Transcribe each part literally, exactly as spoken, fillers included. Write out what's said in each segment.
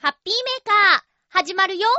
ハッピーメーカー始まるよ。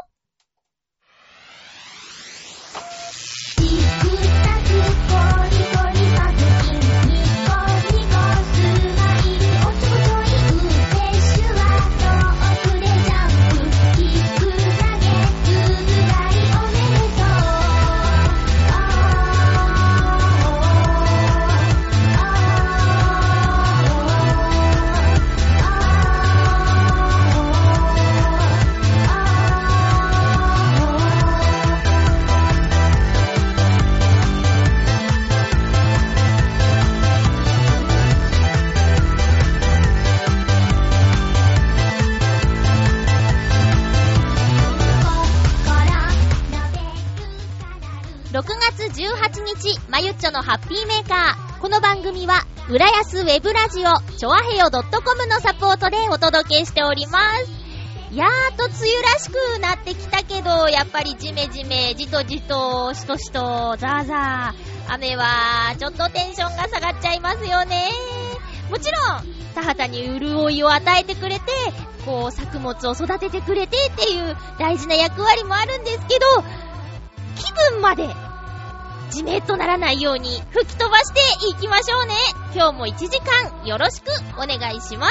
ろくがつじゅうはちにち、まゆっちょのハッピーメーカー。この番組は、浦安ウェブラジオ、ちょあへよ .com のサポートでお届けしております。やーっと梅雨らしくなってきたけど、やっぱりジメジメ、じとじと、しとしと、ザーザー。雨は、ちょっとテンションが下がっちゃいますよね。もちろん、田畑に潤いを与えてくれて、こう、作物を育ててくれてっていう大事な役割もあるんですけど、気分までじめっとならないように吹き飛ばしていきましょうね。今日もいちじかんよろしくお願いします。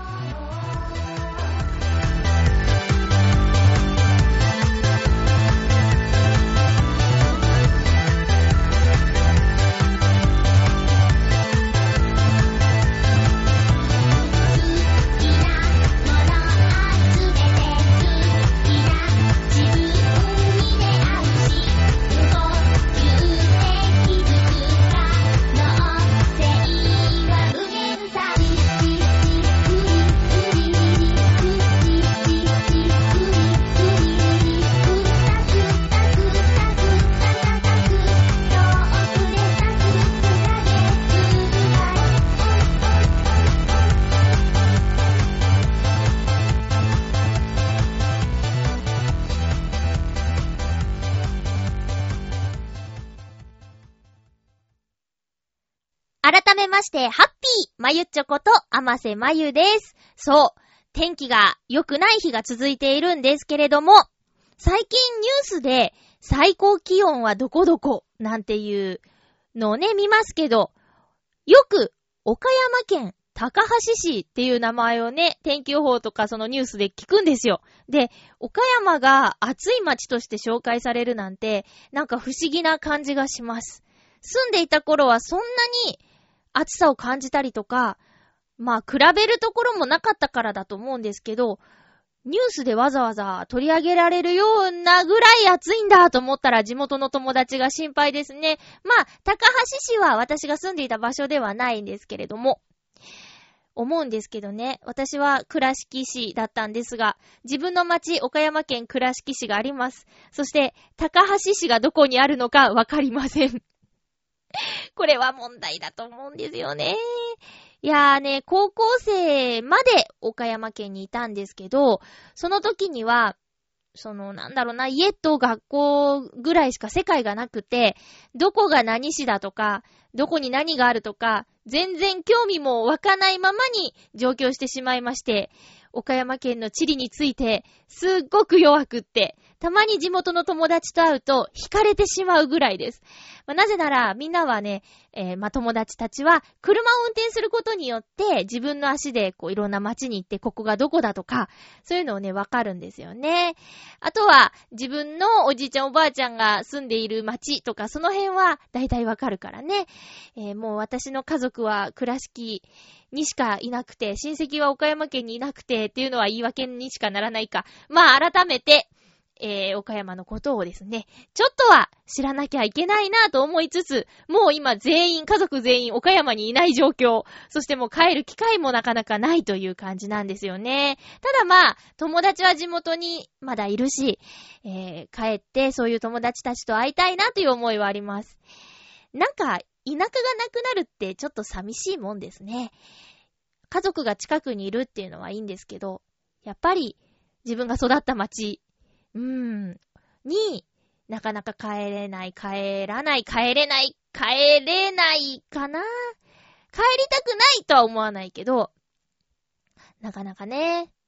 改めまして、ハッピーまゆっちょこと甘瀬まゆです。そう、天気が良くない日が続いているんですけれども、最近ニュースで最高気温はどこどこなんていうのをね見ますけど、よく岡山県高梁市っていう名前をね、天気予報とかそのニュースで聞くんですよ。で、岡山が暑い街として紹介されるなんて、なんか不思議な感じがします。住んでいた頃はそんなに暑さを感じたりとか、まあ比べるところもなかったからだと思うんですけど、ニュースでわざわざ取り上げられるようなぐらい暑いんだと思ったら地元の友達が心配ですね。まあ高梁市は私が住んでいた場所ではないんですけれども、思うんですけどね、私は倉敷市だったんですが、自分の町岡山県倉敷市があります。そして高梁市がどこにあるのかわかりません。これは問題だと思うんですよね。いやーね、高校生まで岡山県にいたんですけど、その時には、そのなんだろうな、家と学校ぐらいしか世界がなくて、どこが何市だとか、どこに何があるとか、全然興味も湧かないままに上京してしまいまして、岡山県の地理についてすっごく弱くって、たまに地元の友達と会うと惹かれてしまうぐらいです。まあ、なぜならみんなはね、えー、まあ、友達たちは車を運転することによって自分の足でこういろんな街に行ってここがどこだとか、そういうのをねわかるんですよね。あとは自分のおじいちゃんおばあちゃんが住んでいる街とかその辺はだいたいわかるからね、えー、もう私の家族は倉敷にしかいなくて、親戚は岡山県にいなくてっていうのは言い訳にしかならないか。まあ改めてえー、岡山のことをですね、ちょっとは知らなきゃいけないなと思いつつ、もう今全員、家族全員岡山にいない状況、そしてもう帰る機会もなかなかないという感じなんですよね。ただまあ、友達は地元にまだいるし、えー、帰ってそういう友達たちと会いたいなという思いはあります。なんか、田舎がなくなるってちょっと寂しいもんですね。家族が近くにいるっていうのはいいんですけど、やっぱり自分が育った町、うーん、になかなか帰れない、帰らない、帰れない、帰れないかな。帰りたくないとは思わないけど、なかなかね、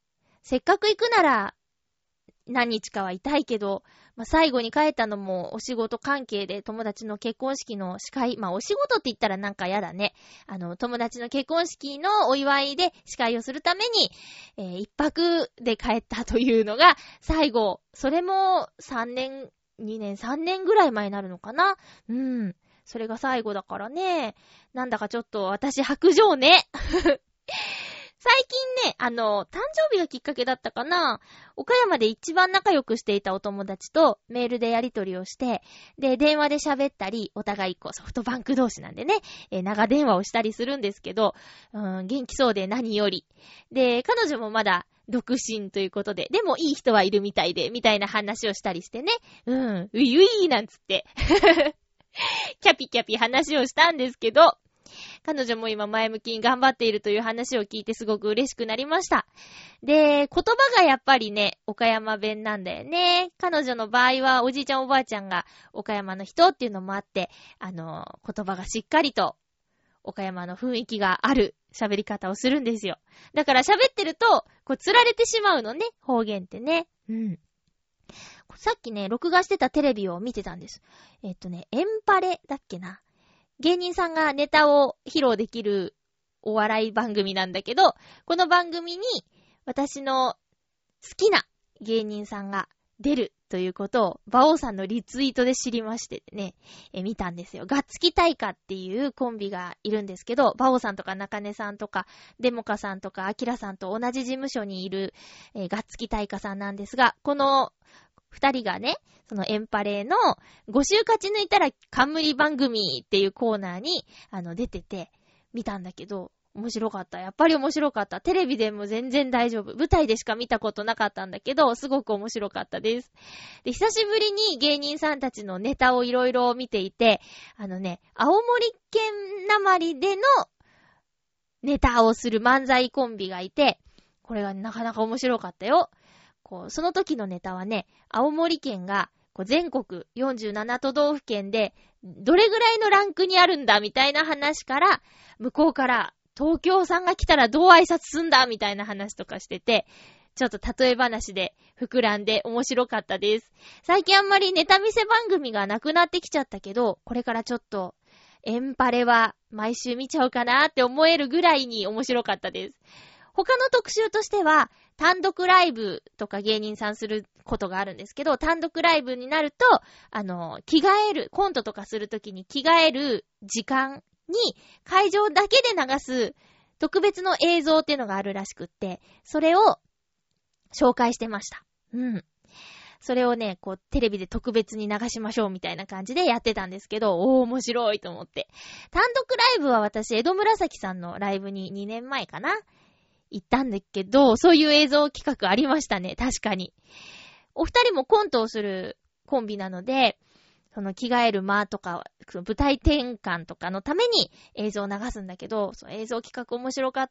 せっかく行くなら何日かはいたいけど、まあ、最後に帰ったのもお仕事関係で友達の結婚式の司会、まあお仕事って言ったらなんかやだね。あの、友達の結婚式のお祝いで司会をするために、えー、一泊で帰ったというのが最後、それもさんねん、にねん、さんねんぐらい前になるのかな。うん。それが最後だからね。なんだかちょっと私白状ね。最近ね、あの、誕生日がきっかけだったかな、岡山で一番仲良くしていたお友達とメールでやり取りをして、で、電話で喋ったり、お互いこうソフトバンク同士なんでね、えー、長電話をしたりするんですけど、うん、元気そうで何より。で、彼女もまだ独身ということで、でもいい人はいるみたいで、みたいな話をしたりしてね、うん、ういういなんつって、キャピキャピ話をしたんですけど、彼女も今前向きに頑張っているという話を聞いてすごく嬉しくなりました。で、言葉がやっぱりね、岡山弁なんだよね。彼女の場合はおじいちゃんおばあちゃんが岡山の人っていうのもあって、あの、言葉がしっかりと岡山の雰囲気がある喋り方をするんですよ。だから喋ってると、こう釣られてしまうのね、方言ってね。うん。さっきね、録画してたテレビを見てたんです。えっとね、エンパレだっけな。芸人さんがネタを披露できるお笑い番組なんだけど、この番組に私の好きな芸人さんが出るということを馬王さんのリツイートで知りましてね、え見たんですよ。ガッツキ大家っていうコンビがいるんですけど、馬王さんとか中根さんとかデモカさんとかアキラさんと同じ事務所にいる、えー、ガッツキ大家さんなんですが、この二人がね、そのエンパレーのご週勝ち抜いたら冠番組っていうコーナーにあの出てて見たんだけど、面白かった。やっぱり面白かった。テレビでも全然大丈夫。舞台でしか見たことなかったんだけど、すごく面白かったです。で、久しぶりに芸人さんたちのネタをいろいろ見ていて、あのね、青森県なまりでのネタをする漫才コンビがいて、これがなかなか面白かったよ。こうその時のネタはね、青森県がこう全国よんじゅうなな都道府県でどれぐらいのランクにあるんだみたいな話から、向こうから東京さんが来たらどう挨拶すんだみたいな話とかしてて、ちょっと例え話で膨らんで面白かったです。最近あんまりネタ見せ番組がなくなってきちゃったけど、これからちょっとエンパレは毎週見ちゃうかなって思えるぐらいに面白かったです。他の特集としては、単独ライブとか芸人さんすることがあるんですけど、単独ライブになると、あの、着替える、コントとかするときに着替える時間に会場だけで流す特別の映像っていうのがあるらしくって、それを紹介してました。うん。それをね、こう、テレビで特別に流しましょうみたいな感じでやってたんですけど、おー、面白いと思って。単独ライブは私、江戸紫さんのライブににねんまえかな行ったんだけど、そういう映像企画ありましたね。確かに。お二人もコントをするコンビなので、その着替える間とか、舞台転換とかのために映像を流すんだけど、その映像企画面白かった。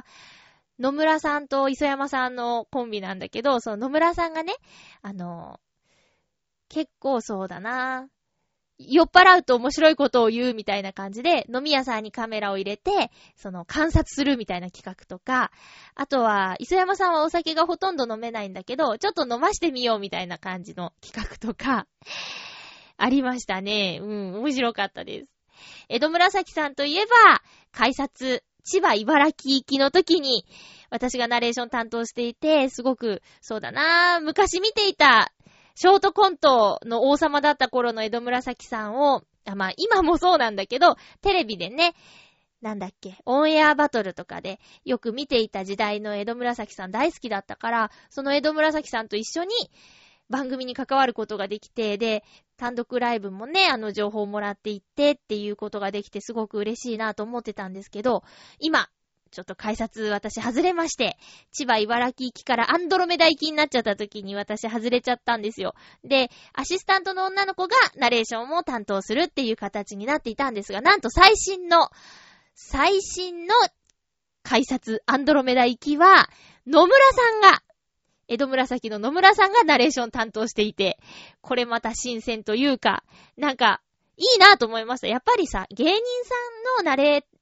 野村さんと磯山さんのコンビなんだけど、その野村さんがね、あの、結構そうだな。酔っ払うと面白いことを言うみたいな感じで、飲み屋さんにカメラを入れて、その観察するみたいな企画とか、あとは、磯山さんはお酒がほとんど飲めないんだけど、ちょっと飲ましてみようみたいな感じの企画とか、ありましたね。うん、面白かったです。江戸紫さんといえば、改札、千葉茨城行きの時に、私がナレーション担当していて、すごく、そうだな、昔見ていた、ショートコントの王様だった頃の江戸紫さんを、あ、まあ今もそうなんだけど、テレビでね、なんだっけ、オンエアバトルとかでよく見ていた時代の江戸紫さん大好きだったから、その江戸紫さんと一緒に番組に関わることができて、で、単独ライブもね、あの情報をもらっていってっていうことができてすごく嬉しいなと思ってたんですけど、今、ちょっと改札私外れまして、千葉茨城行きからアンドロメダ行きになっちゃった時に私外れちゃったんですよ。で、アシスタントの女の子がナレーションも担当するっていう形になっていたんですが、なんと最新の、最新の改札アンドロメダ行きは、野村さんが、江戸紫の野村さんがナレーション担当していて、これまた新鮮というか、なんか、いいなと思いました。やっぱりさ、芸人さんのナレー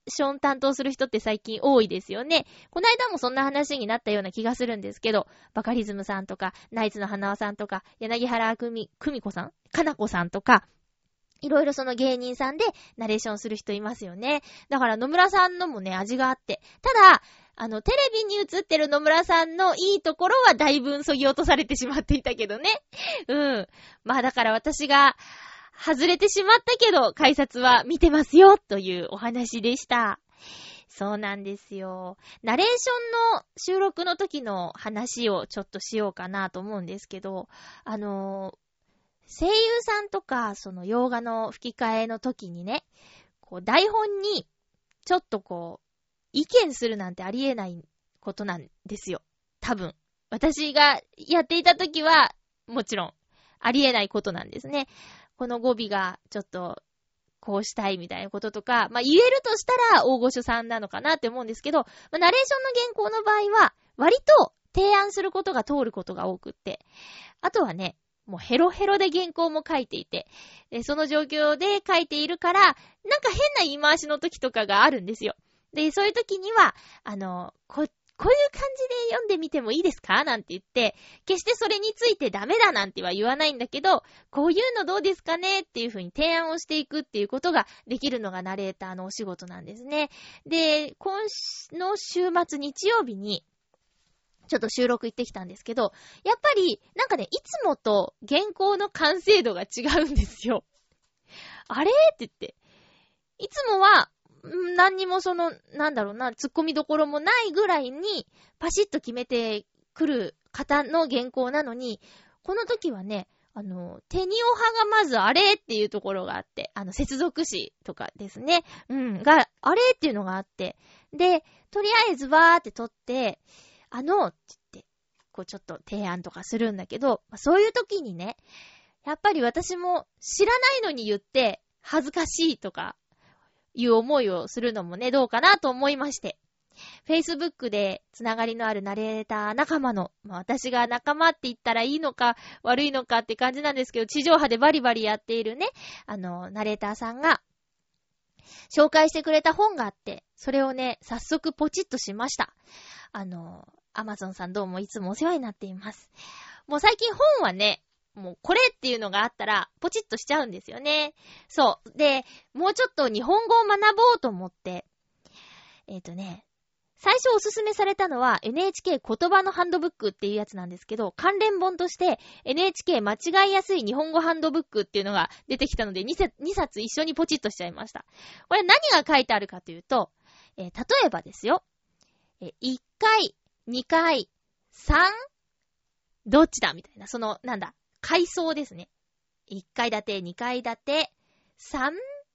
ション担当する人って最近多いですよね。この間もそんな話になったような気がするんですけど、バカリズムさんとか、ナイツの花輪さんとか、柳原久美、久美子さんかなこさんとか、いろいろその芸人さんでナレーションする人いますよね。だから野村さんのもね、味があって。ただ、あの、テレビに映ってる野村さんのいいところはだいぶ削ぎ落とされてしまっていたけどね。うん。まあだから私が、外れてしまったけど、改札は見てますよ、というお話でした。そうなんですよ。ナレーションの収録の時の話をちょっとしようかなと思うんですけど、あのー、声優さんとか、その洋画の吹き替えの時にね、こう台本にちょっとこう、意見するなんてありえないことなんですよ。多分。私がやっていた時は、もちろん、ありえないことなんですね。この語尾がちょっとこうしたいみたいなこととか、まあ言えるとしたら大御所さんなのかなって思うんですけど、まあ、ナレーションの原稿の場合は割と提案することが通ることが多くって、あとはね、もうヘロヘロで原稿も書いていて、でその状況で書いているから、なんか変な言い回しの時とかがあるんですよ。で、そういう時には、あの、ここういう感じで読んでみてもいいですかなんて言って、決してそれについてダメだなんては言わないんだけど、こういうのどうですかねっていう風に提案をしていくっていうことができるのがナレーターのお仕事なんですね。で、今の週末日曜日に、ちょっと収録行ってきたんですけど、やっぱり、なんかね、いつもと原稿の完成度が違うんですよ。あれって言って。いつもは、何にもその、なんだろうな、突っ込みどころもないぐらいに、パシッと決めてくる方の原稿なのに、この時はね、あの、テニオ派がまずあれっていうところがあって、あの、接続詞とかですね、うん、が、あれっていうのがあって、で、とりあえずわーって取って、あの、って言って、こうちょっと提案とかするんだけど、そういう時にね、やっぱり私も知らないのに言って、恥ずかしいとか、いう思いをするのもね、どうかなと思いまして。Facebook でつながりのあるナレーター仲間の、まあ私が仲間って言ったらいいのか悪いのかって感じなんですけど、地上波でバリバリやっているね、あの、ナレーターさんが紹介してくれた本があって、それをね、早速ポチッとしました。あの、Amazon さんどうもいつもお世話になっています。もう最近本はね、もうこれっていうのがあったらポチッとしちゃうんですよね。そう。で、もうちょっと日本語を学ぼうと思って、えっとね、最初おすすめされたのは エヌエイチケー 言葉のハンドブックっていうやつなんですけど、関連本として エヌエイチケー 間違いやすい日本語ハンドブックっていうのが出てきたので 2, 2冊一緒にポチッとしちゃいました。これ何が書いてあるかというと、えー、例えばですよ、えー、いっかい、にかい、さん? どっちだみたいな、その、なんだ、階層ですね。いっかい建て、にかい建て、さん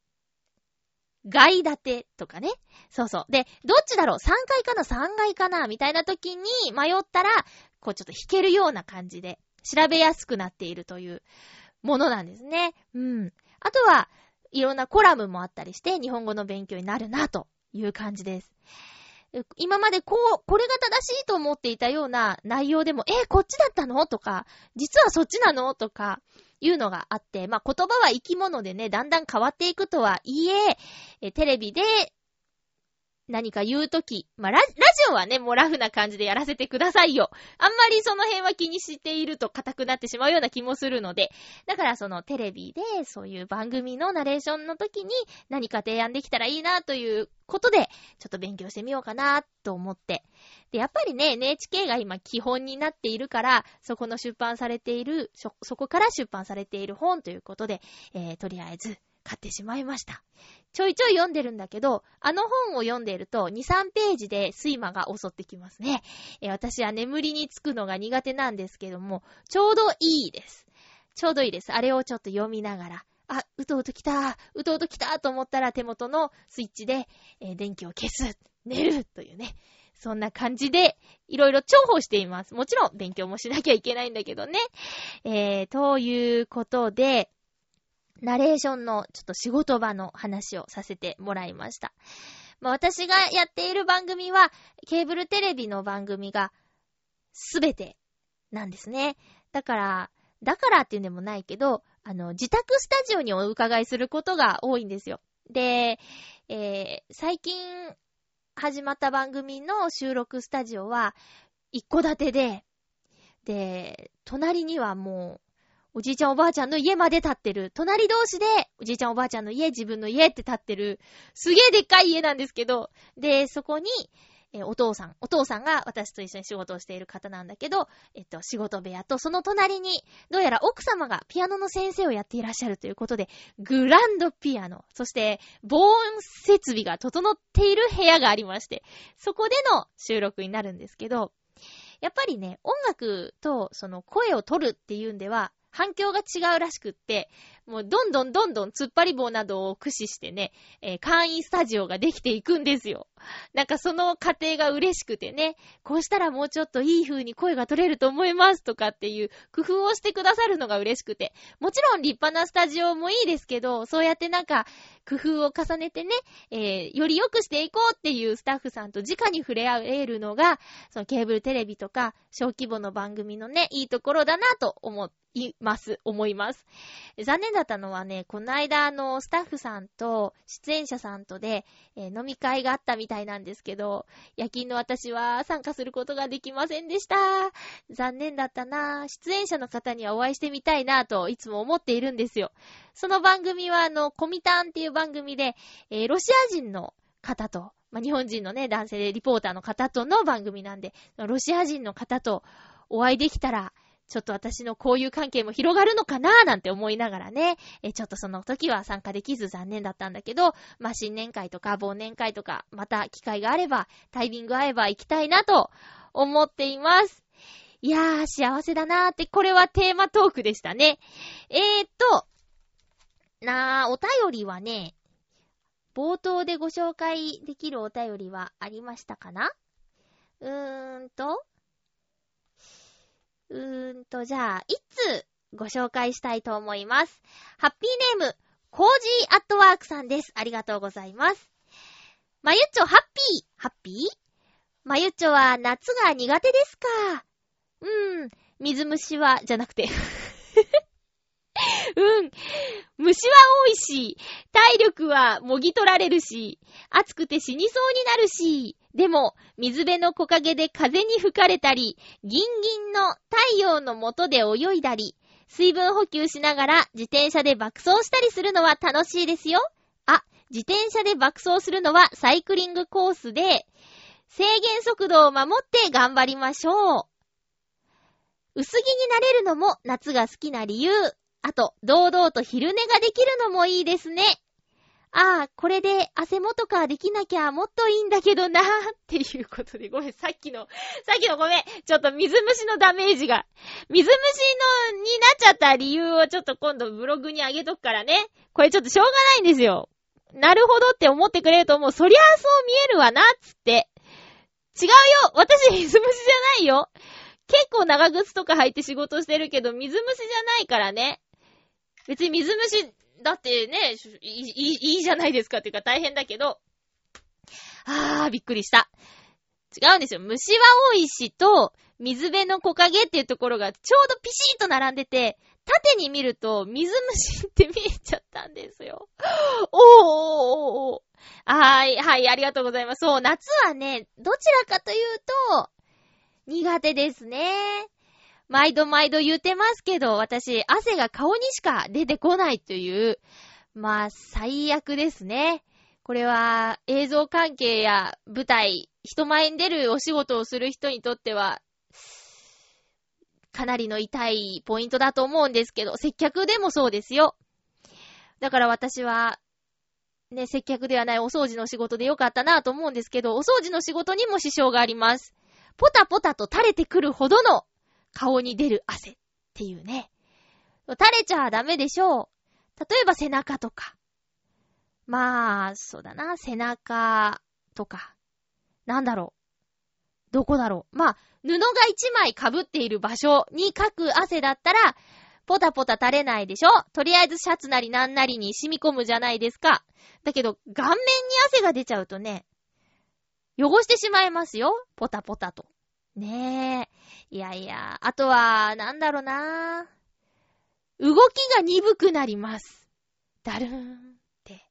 階建てとかね。そうそう。で、どっちだろう ?さん 階かな ?さん 階かなみたいな時に迷ったら、こうちょっと弾けるような感じで調べやすくなっているというものなんですね。うん。あとは、いろんなコラムもあったりして日本語の勉強になるなという感じです。今までこう、これが正しいと思っていたような内容でも、えー、こっちだったのとか、実はそっちなのとか、いうのがあって、まあ、言葉は生き物でね、だんだん変わっていくとはいえ、えテレビで何か言うとき、まあラ、ラジオはね、もうラフな感じでやらせてくださいよ。あんまりその辺は気にしていると硬くなってしまうような気もするので、だからそのテレビでそういう番組のナレーションの時に何か提案できたらいいなということで、ちょっと勉強してみようかなと思って。で、やっぱりね、エヌエイチケー が今基本になっているから、そこの出版されている、そ、そこから出版されている本ということで、えー、とりあえず買ってしまいました。ちょいちょい読んでるんだけど、あの本を読んでいるとに、さんページで睡魔が襲ってきますね。えー、私は眠りにつくのが苦手なんですけども、ちょうどいいです。ちょうどいいです。あれをちょっと読みながら、あ、うとうと来た、うとうと来たと思ったら手元のスイッチで、えー、電気を消す、寝るというね。そんな感じで、いろいろ重宝しています。もちろん勉強もしなきゃいけないんだけどね。えー、ということで、ナレーションのちょっと仕事場の話をさせてもらいました。まあ私がやっている番組は、ケーブルテレビの番組がすべてなんですね。だから、だからっていうんでもないけど、あの、自宅スタジオにお伺いすることが多いんですよ。 で、えー、最近始まった番組の収録スタジオは一戸建てで、で、隣にはもうおじいちゃんおばあちゃんの家まで建ってる。隣同士でおじいちゃんおばあちゃんの家、自分の家って建ってる。すげえでっかい家なんですけど、で、そこに、えー、お父さん、お父さんが私と一緒に仕事をしている方なんだけど、えっと、仕事部屋とその隣に、どうやら奥様がピアノの先生をやっていらっしゃるということで、グランドピアノ、そして防音設備が整っている部屋がありまして、そこでの収録になるんですけど、やっぱりね、音楽とその声を取るっていうんでは、反響が違うらしくって、もうどんどんどんどん突っ張り棒などを駆使してね、えー、簡易スタジオができていくんですよ。なんかその過程が嬉しくてね、こうしたらもうちょっといい風に声が取れると思いますとかっていう工夫をしてくださるのが嬉しくて、もちろん立派なスタジオもいいですけど、そうやってなんか工夫を重ねてね、えー、より良くしていこうっていうスタッフさんと直に触れ合えるのが、そのケーブルテレビとか小規模の番組のね、いいところだなと思っています、思います。残念だったのはね、この間あのスタッフさんと出演者さんとで、えー、飲み会があったみたいなんですけど、夜勤の私は参加することができませんでした。残念だったな。出演者の方にはお会いしてみたいなといつも思っているんですよ。その番組はあのコミタンっていう番組で、えー、ロシア人の方と、まあ、日本人のね男性でリポーターの方との番組なんで、ロシア人の方とお会いできたらちょっと私の交友関係も広がるのかなーなんて思いながらね、え、ちょっとその時は参加できず残念だったんだけど、まあ、新年会とか忘年会とか、また機会があれば、タイミング合えば行きたいなと思っています。いやー、幸せだなーって、これはテーマトークでしたね。えーっと、なー、お便りはね、冒頭でご紹介できるお便りはありましたかな？うーんと、うーんと、じゃあ、いつご紹介したいと思います。ハッピーネーム、コージーアットワークさんです。ありがとうございます。まゆっちょ、ハッピー、ハッピー？まゆっちょは夏が苦手ですか？うーん、水虫は、じゃなくて。うん、虫は多いし、体力はもぎ取られるし、暑くて死にそうになるし、でも、水辺の木陰で風に吹かれたり、ギンギンの太陽の下で泳いだり、水分補給しながら自転車で爆走したりするのは楽しいですよ。あ、自転車で爆走するのはサイクリングコースで、制限速度を守って頑張りましょう。薄着になれるのも夏が好きな理由。あと、堂々と昼寝ができるのもいいですね。ああ、これで汗元かできなきゃもっといいんだけどなーっていうことで、ごめん、さっきの、さっきのごめん、ちょっと水虫のダメージが、水虫の、になっちゃった理由をちょっと今度ブログに上げとくからね。これちょっとしょうがないんですよ。なるほどって思ってくれると思う。そりゃあそう見えるわな、つって。違うよ、私水虫じゃないよ。結構長靴とか履いて仕事してるけど、水虫じゃないからね。別に水虫だってね、いい、いいじゃないですかっていうか大変だけど、あー、びっくりした。違うんですよ。虫は多いしと、水辺の木陰っていうところがちょうどピシッと並んでて、縦に見ると水虫って見えちゃったんですよ。おーおーおーおー。はい、はい、ありがとうございます。そう、夏はね、どちらかというと、苦手ですね。毎度毎度言ってますけど、私、汗が顔にしか出てこないという、まあ、最悪ですね。これは、映像関係や舞台、人前に出るお仕事をする人にとっては、かなりの痛いポイントだと思うんですけど、接客でもそうですよ。だから私は、ね、接客ではないお掃除の仕事でよかったなと思うんですけど、お掃除の仕事にも支障があります。ポタポタと垂れてくるほどの顔に出る汗っていうね。垂れちゃダメでしょう。例えば背中とか。まあ、そうだな、背中とか。なんだろう。どこだろう。まあ、布が一枚被っている場所にかく汗だったら、ポタポタ垂れないでしょ。とりあえずシャツなりなんなりに染み込むじゃないですか。だけど、顔面に汗が出ちゃうとね、汚してしまいますよ。ポタポタと。ねえ。いやいや、あとは、なんだろうな。動きが鈍くなります。だるーんって。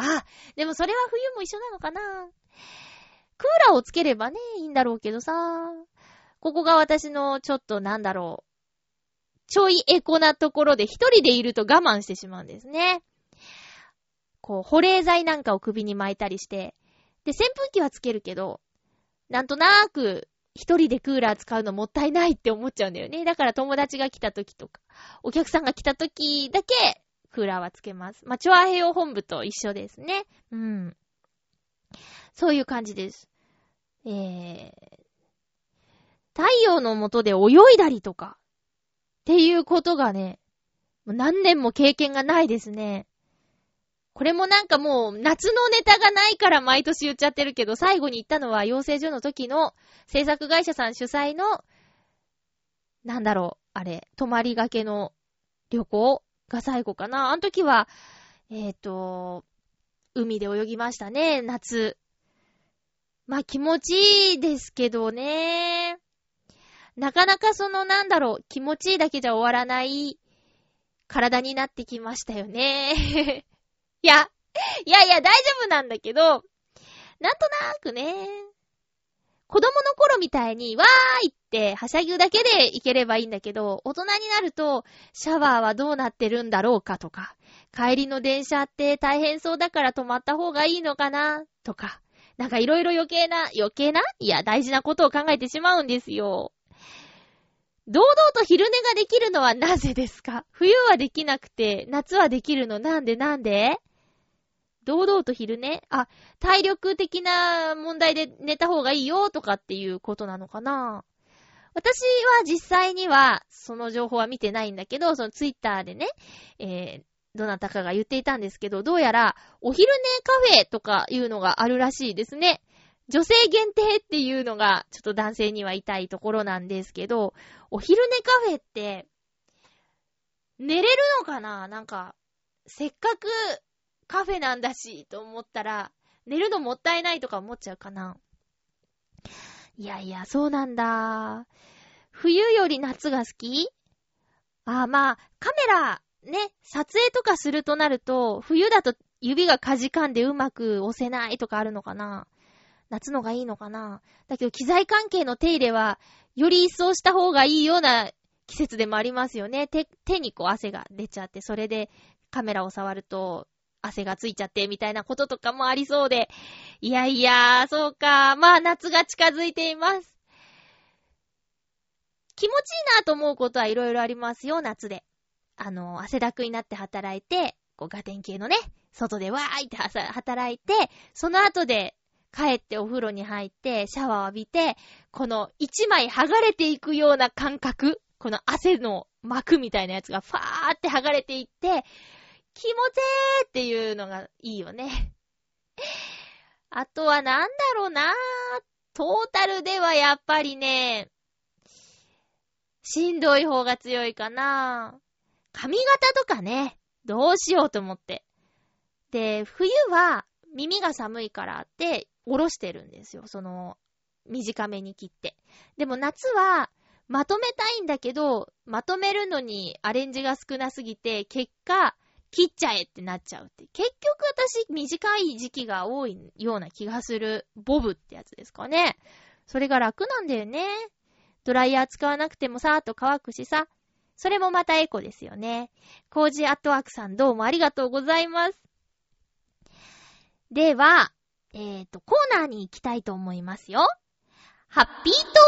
あ、でもそれは冬も一緒なのかな。クーラーをつければね、いいんだろうけどさ。ここが私のちょっとなんだろう。ちょいエコなところで一人でいると我慢してしまうんですね。こう、保冷剤なんかを首に巻いたりして。で、扇風機はつけるけど、なんとなく一人でクーラー使うのもったいないって思っちゃうんだよね。だから友達が来た時とか、お客さんが来た時だけクーラーはつけます。まあ、チョアヘヨ本部と一緒ですね。うん。そういう感じです。えー、太陽の下で泳いだりとか、っていうことがね、もう何年も経験がないですね。これもなんかもう夏のネタがないから毎年言っちゃってるけど、最後に行ったのは養成所の時の制作会社さん主催の、なんだろう、あれ、泊まりがけの旅行が最後かな。あの時は、えっと、海で泳ぎましたね、夏。まあ気持ちいいですけどね。なかなかそのなんだろう、気持ちいいだけじゃ終わらない体になってきましたよね。いや、いやいや大丈夫なんだけど、なんとなくね、子供の頃みたいにわーいってはしゃぐだけでいければいいんだけど、大人になるとシャワーはどうなってるんだろうかとか、帰りの電車って大変そうだから止まった方がいいのかなとか、なんかいろいろ余計な、余計ないや大事なことを考えてしまうんですよ。堂々と昼寝ができるのはなぜですか？冬はできなくて夏はできるのなんでなんで？堂々と昼寝？あ、体力的な問題で寝た方がいいよとかっていうことなのかな。私は実際にはその情報は見てないんだけど、そのツイッターでね、えー、どなたかが言っていたんですけど、どうやらお昼寝カフェとかいうのがあるらしいですね。女性限定っていうのがちょっと男性には痛いところなんですけど、お昼寝カフェって寝れるのかな？なんかせっかくカフェなんだしと思ったら寝るのもったいないとか思っちゃうかな。いやいや、そうなんだ。冬より夏が好き？ああ、まあカメラね、撮影とかするとなると冬だと指がかじかんでうまく押せないとかあるのかな。夏のがいいのかな。だけど機材関係の手入れはより一層した方がいいような季節でもありますよね。手、手にこう汗が出ちゃって、それでカメラを触ると汗がついちゃってみたいなこととかもありそうで。いやいや、そうか。まあ夏が近づいています。気持ちいいなと思うことはいろいろありますよ、夏で。あの、汗だくになって働いて、こうガテン系のね、外でわーいって働いて、その後で帰ってお風呂に入って、シャワーを浴びて、この一枚剥がれていくような感覚、この汗の膜みたいなやつがファーって剥がれていって、気持ちいいっていうのがいいよね。あとはなんだろうな、トータルではやっぱりね、しんどい方が強いかな。髪型とかね、どうしようと思って。で、冬は耳が寒いからって下ろしてるんですよ。その、短めに切って。でも夏はまとめたいんだけど、まとめるのにアレンジが少なすぎて、結果、切っちゃえってなっちゃうって。結局私短い時期が多いような気がする。ボブってやつですかね。それが楽なんだよね。ドライヤー使わなくてもさーっと乾くしさ。それもまたエコですよね。コージーアットワークさんどうもありがとうございます。では、えっと、コーナーに行きたいと思いますよ。ハッピートーク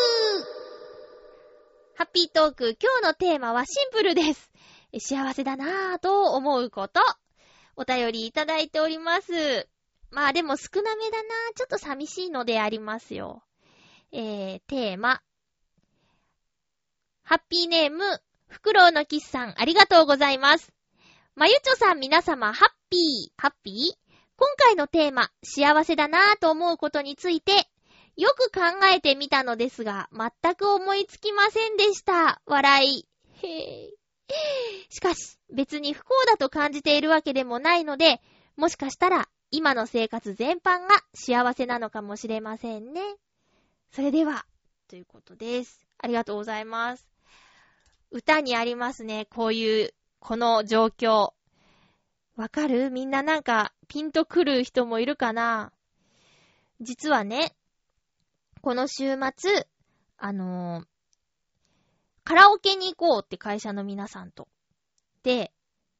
ハッピートーク、今日のテーマはシンプルです。幸せだなぁと思うこと。お便りいただいております。まあでも少なめだなぁ。ちょっと寂しいのでありますよ。えー、テーマ。ハッピーネーム、フクロウのキスさん、ありがとうございます。まゆちょさん、皆様、ハッピー、ハッピー？今回のテーマ、幸せだなぁと思うことについて、よく考えてみたのですが、全く思いつきませんでした。笑い。へー。しかし、別に不幸だと感じているわけでもないので、もしかしたら、今の生活全般が幸せなのかもしれませんね。それでは、ということです。ありがとうございます。歌にありますね、こういう、この状況。 わかる？みんななんかピンとくる人もいるかな？実はね、この週末、あのー、カラオケに行こうって会社の皆さんと。で、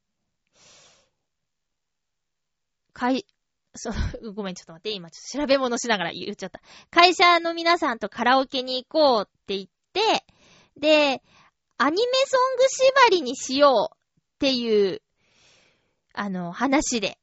会、そう、ごめんちょっと待って、今ちょっと調べ物しながら言っちゃった。会社の皆さんとカラオケに行こうって言って、で、アニメソング縛りにしようっていう、あの、話で。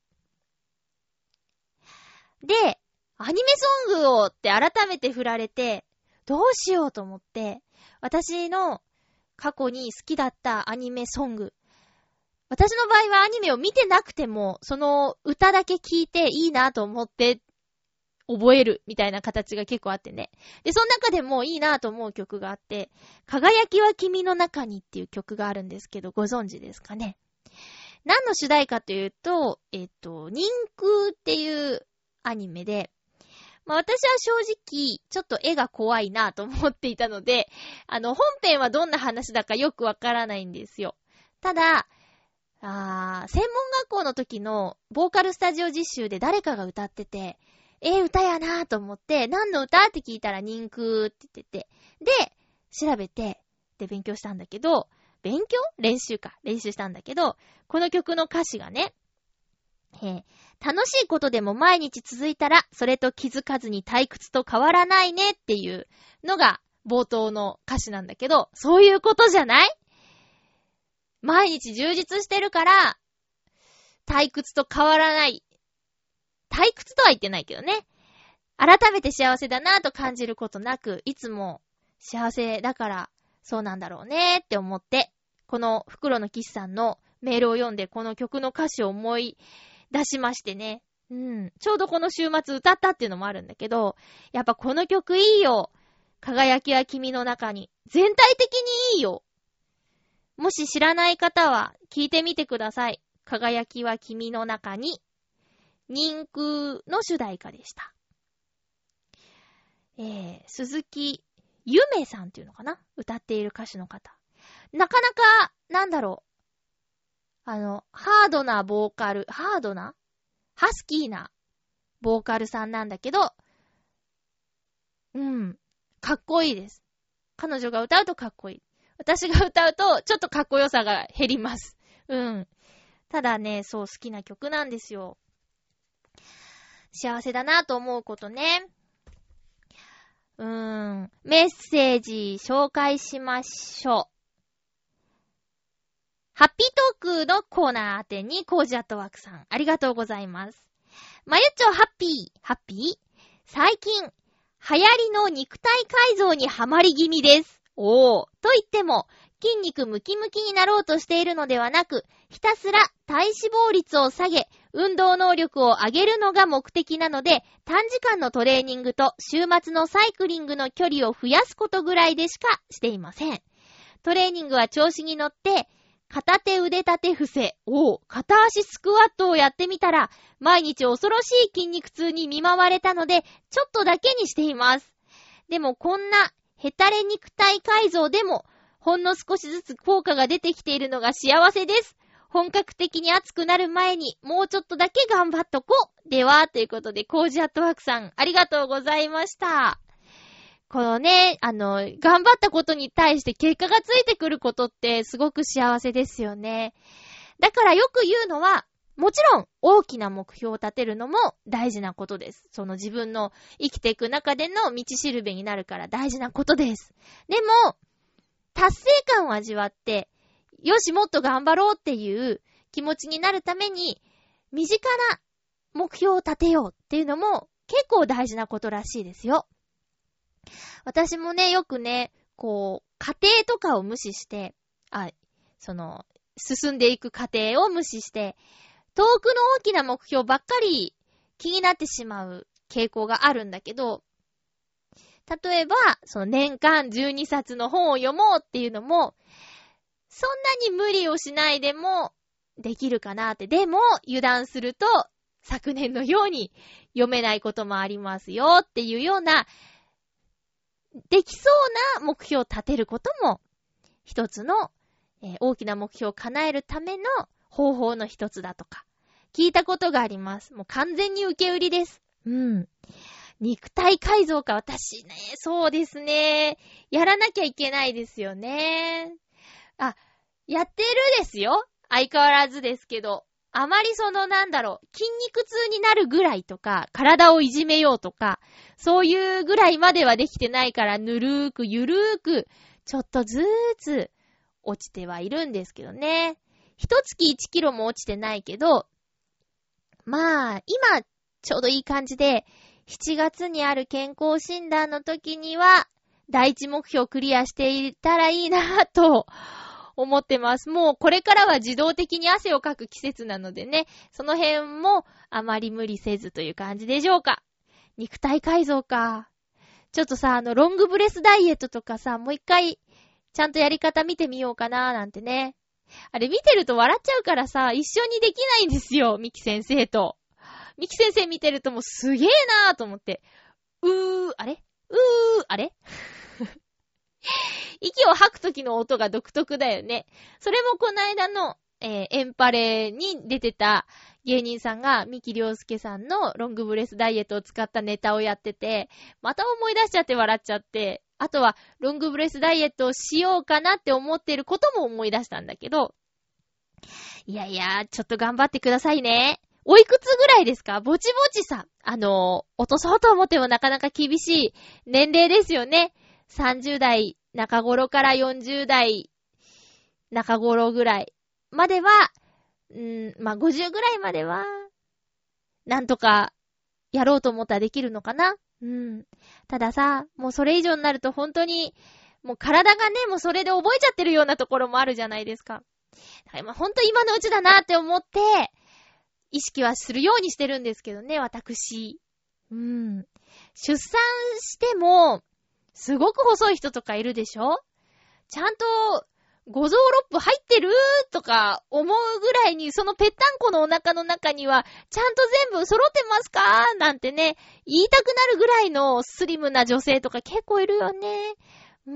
で、アニメソングをって改めて振られて、どうしようと思って、私の過去に好きだったアニメソング。私の場合はアニメを見てなくても、その歌だけ聞いていいなと思って覚えるみたいな形が結構あってね。で、その中でもいいなと思う曲があって、輝きは君の中にっていう曲があるんですけど、ご存知ですかね。何の主題かというと、えっと、人空っていうアニメで、まあ私は正直、ちょっと絵が怖いなと思っていたので、あの、本編はどんな話だかよくわからないんですよ。ただ、あー、専門学校の時のボーカルスタジオ実習で誰かが歌ってて、えー、歌やなーと思って、何の歌って聞いたら人空って言ってて、で、調べて、で、勉強したんだけど、勉強？練習か。練習したんだけど、この曲の歌詞がね、えー、楽しいことでも毎日続いたら、それと気づかずに退屈と変わらないねっていうのが冒頭の歌詞なんだけど、そういうことじゃない？毎日充実してるから、退屈と変わらない。退屈とは言ってないけどね。改めて幸せだなと感じることなく、いつも幸せだからそうなんだろうねって思って、この袋のキスさんのメールを読んでこの曲の歌詞を思い出しましてね。うん。ちょうどこの週末歌ったっていうのもあるんだけど、やっぱこの曲いいよ。輝きは君の中に。全体的にいいよ。もし知らない方は聞いてみてください。輝きは君の中に。人空の主題歌でした。えー、鈴木ゆめさんっていうのかな？歌っている歌手の方。なかなか、なんだろう。あの、ハードなボーカル、ハードな？ハスキーなボーカルさんなんだけど、うん、かっこいいです。彼女が歌うとかっこいい。私が歌うと、ちょっとかっこよさが減ります。うん。ただね、そう好きな曲なんですよ。幸せだなと思うことね。うーん。メッセージ紹介しましょう。ハッピートークのコーナー宛てにコージアットワークさん、ありがとうございます。まゆっちょハッピー、ハッピー最近、流行りの肉体改造にハマり気味です。おー。と言っても、筋肉ムキムキになろうとしているのではなく、ひたすら体脂肪率を下げ、運動能力を上げるのが目的なので、短時間のトレーニングと週末のサイクリングの距離を増やすことぐらいでしかしていません。トレーニングは調子に乗って、片手腕立て伏せ、お片足スクワットをやってみたら、毎日恐ろしい筋肉痛に見舞われたので、ちょっとだけにしています。でもこんなヘタレ肉体改造でも、ほんの少しずつ効果が出てきているのが幸せです。本格的に熱くなる前に、もうちょっとだけ頑張っとこう。では、ということで、コージアットワークさん、ありがとうございました。このね、あの、頑張ったことに対して結果がついてくることってすごく幸せですよね。だからよく言うのは、もちろん大きな目標を立てるのも大事なことです。その自分の生きていく中での道しるべになるから大事なことです。でも、達成感を味わって、よしもっと頑張ろうっていう気持ちになるために、身近な目標を立てようっていうのも結構大事なことらしいですよ。私もね、よくね、こう、過程とかを無視して、あ、その、進んでいく過程を無視して、遠くの大きな目標ばっかり気になってしまう傾向があるんだけど、例えば、その年間じゅうにさつの本を読もうっていうのも、そんなに無理をしないでもできるかなって。でも、油断すると、昨年のように読めないこともありますよっていうような、できそうな目標を立てることも、一つの、えー、大きな目標を叶えるための方法の一つだとか。 聞いたことがあります。もう完全に受け売りです。うん。肉体改造か、私ね、そうですね。やらなきゃいけないですよね。あ、やってるですよ。相変わらずですけど。あまりそのなんだろう、筋肉痛になるぐらいとか、体をいじめようとか、そういうぐらいまではできてないから、ぬるーくゆるーく、ちょっとずーつ落ちてはいるんですけどね。一月いちキロも落ちてないけど、まあ、今、ちょうどいい感じで、しちがつにある健康診断の時には、第一目標クリアしていたらいいなと思ってます。もうこれからは自動的に汗をかく季節なのでね、その辺もあまり無理せずという感じでしょうか。肉体改造か。ちょっとさ、あの、ロングブレスダイエットとかさ、もう一回、ちゃんとやり方見てみようかななんてね。あれ見てると笑っちゃうからさ、一緒にできないんですよ、ミキ先生と。ミキ先生見てるともうすげーなーと思って。うー、あれうー、あれ息を吐く時の音が独特だよね。それもこの間の、えー、エンパレに出てた芸人さんがミキ良介さんのロングブレスダイエットを使ったネタをやってて、また思い出しちゃって笑っちゃって、あとはロングブレスダイエットをしようかなって思ってることも思い出したんだけど、いやいや、ちょっと頑張ってくださいね。おいくつぐらいですか？ぼちぼちさ、あのー、落とそうと思ってもなかなか厳しい年齢ですよね。さんじゅう代中頃からよんじゅう代中頃ぐらいまでは、うーん、まあ、ごじゅうぐらいまでは、なんとかやろうと思ったらできるのかな？うん。たださ、もうそれ以上になると本当に、もう体がね、もうそれで覚えちゃってるようなところもあるじゃないですか。だからまあ、本当今のうちだなって思って、意識はするようにしてるんですけどね、私。うん。出産しても、すごく細い人とかいるでしょ？ちゃんと、五臓六腑入ってるとか思うぐらいに、そのぺったんこのお腹の中には、ちゃんと全部揃ってますかなんてね、言いたくなるぐらいのスリムな女性とか結構いるよね。うん。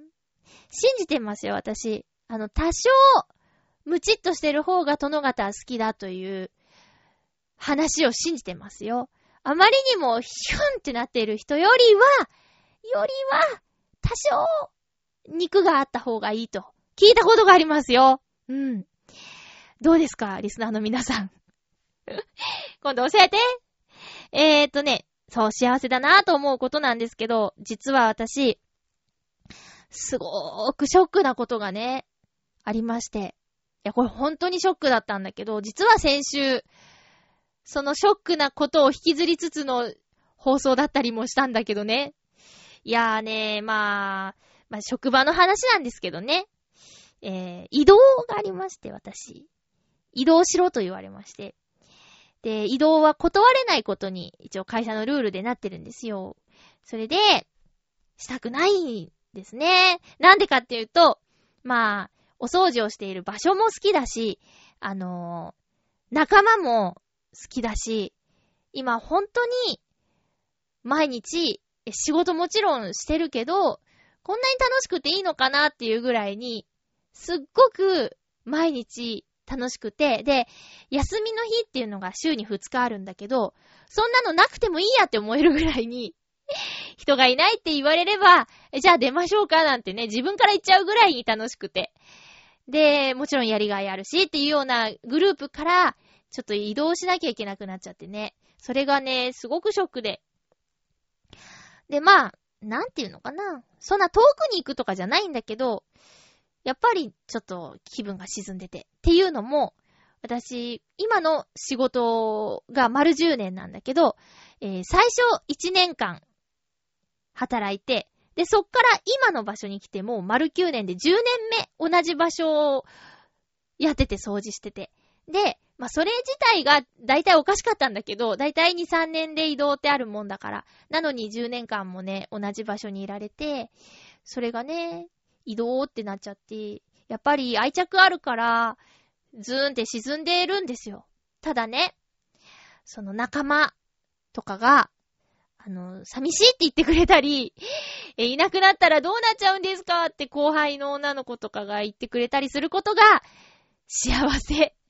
信じてますよ、私。あの、多少、ムチっとしてる方が殿方は好きだという話を信じてますよ。あまりにもヒュンってなっている人よりは、よりは、多少、肉があった方がいいと、聞いたことがありますよ。うん。どうですか、リスナーの皆さん。今度教えて。えーっとね、そう、幸せだなと思うことなんですけど、実は私、すごーくショックなことがね、ありまして。いや、これ本当にショックだったんだけど、実は先週、そのショックなことを引きずりつつの放送だったりもしたんだけどね。いやーね、まあ、まあ、職場の話なんですけどね。えー、移動がありまして、私。移動しろと言われまして。で、移動は断れないことに、一応会社のルールでなってるんですよ。それで、したくないんですね。なんでかっていうと、まあ、お掃除をしている場所も好きだし、あのー、仲間も好きだし、今本当に、毎日、仕事もちろんしてるけど、こんなに楽しくていいのかなっていうぐらいに、すっごく毎日楽しくて、で、休みの日っていうのが週にふつかあるんだけど、そんなのなくてもいいやって思えるぐらいに、人がいないって言われれば、じゃあ出ましょうかなんてね、自分から言っちゃうぐらいに楽しくて。で、もちろんやりがいあるしっていうようなグループから、ちょっと移動しなきゃいけなくなっちゃってね。それがね、すごくショックで。で、まあ、なんていうのかな。そんな遠くに行くとかじゃないんだけど、やっぱりちょっと気分が沈んでて。っていうのも、私、今の仕事が丸じゅうねんなんだけど、えー、最初いちねんかん働いて、で、そっから今の場所に来てもう丸きゅうねんでじゅうねんめ同じ場所をやってて掃除してて。で、まあ、それ自体が大体おかしかったんだけど、大体に、さんねんで移動ってあるもんだから。なのにじゅうねんかんもね、同じ場所にいられて、それがね、移動ってなっちゃって、やっぱり愛着あるから、ズーンって沈んでいるんですよ。ただね、その仲間とかが、あの、寂しいって言ってくれたり、え、いなくなったらどうなっちゃうんですかって後輩の女の子とかが言ってくれたりすることが、幸せ。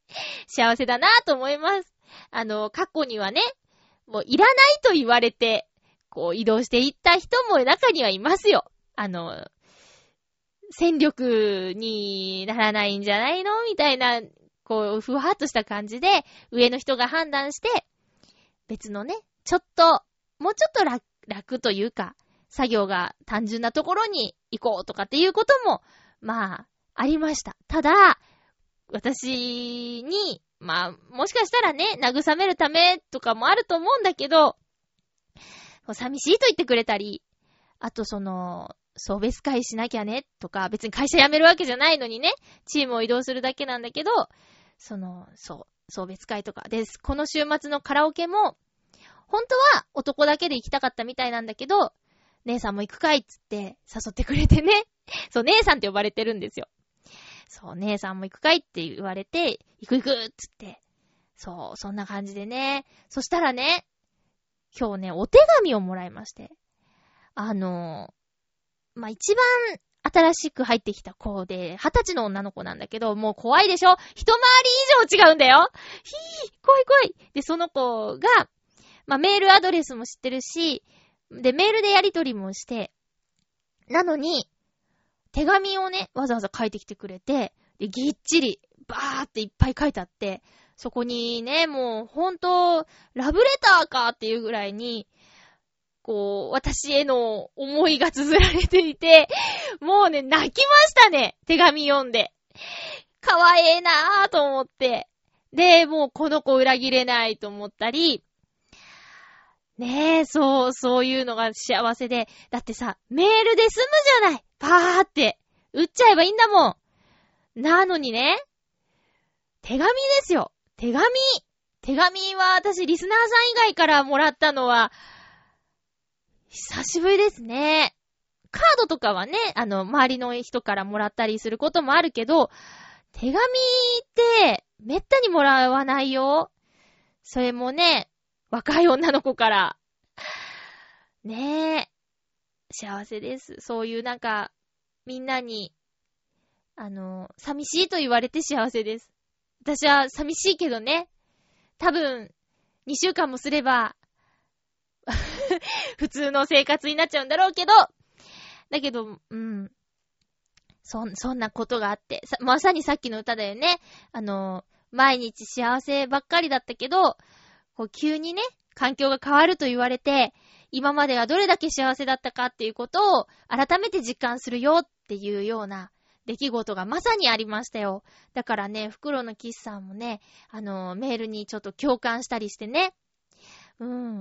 幸せだなと思います。あの、過去にはね、もういらないと言われて、こう移動していった人も中にはいますよ。あの、戦力にならないんじゃないのみたいな、こう、ふわっとした感じで、上の人が判断して、別のね、ちょっと、もうちょっと 楽, 楽というか、作業が単純なところに行こうとかっていうことも、まあ、ありました。ただ、私に、まあ、もしかしたらね、慰めるためとかもあると思うんだけど、寂しいと言ってくれたり、あとその、送別会しなきゃねとか、別に会社辞めるわけじゃないのにね、チームを移動するだけなんだけど、その、そう、送別会とかです。この週末のカラオケも、本当は男だけで行きたかったみたいなんだけど、姉さんも行くかいっつって誘ってくれてね。そう、姉さんって呼ばれてるんですよ。そう、姉さんも行くかいって言われて、行く行くっつって。そう、そんな感じでね。そしたらね、今日ね、お手紙をもらいまして。あの、まあ、一番新しく入ってきた子で、二十歳の女の子なんだけど、もう怖いでしょ？一回り以上違うんだよ。ひー、怖い怖い。で、その子が、まあ、メールアドレスも知ってるし、で、メールでやり取りもして、なのに、手紙をね、わざわざ書いてきてくれて、で、ぎっちり、バーっていっぱい書いてあって、そこにね、もう、ほんと、ラブレターかっていうぐらいに、こう、私への思いが綴られていて、もうね、泣きましたね。手紙読んで。かわいいなぁと思って。で、もうこの子裏切れないと思ったり、ねえ、そう、そういうのが幸せで。だってさ、メールで済むじゃない。パーって。打っちゃえばいいんだもん。なのにね、手紙ですよ。手紙。手紙は私、リスナーさん以外からもらったのは、久しぶりですね。カードとかはね、あの、周りの人からもらったりすることもあるけど、手紙って、めったにもらわないよ。それもね、若い女の子から。ねえ。幸せです。そういうなんか、みんなに、あの、寂しいと言われて幸せです。私は寂しいけどね。多分、にしゅうかんもすれば、普通の生活になっちゃうんだろうけど、だけど、うん。そん、そんなことがあって、さ、まさにさっきの歌だよね。あの、毎日幸せばっかりだったけど、こう急にね、環境が変わると言われて、今まではどれだけ幸せだったかっていうことを改めて実感するよっていうような出来事がまさにありましたよ。だからね、袋のキスさんもね、あの、メールにちょっと共感したりしてね。うん。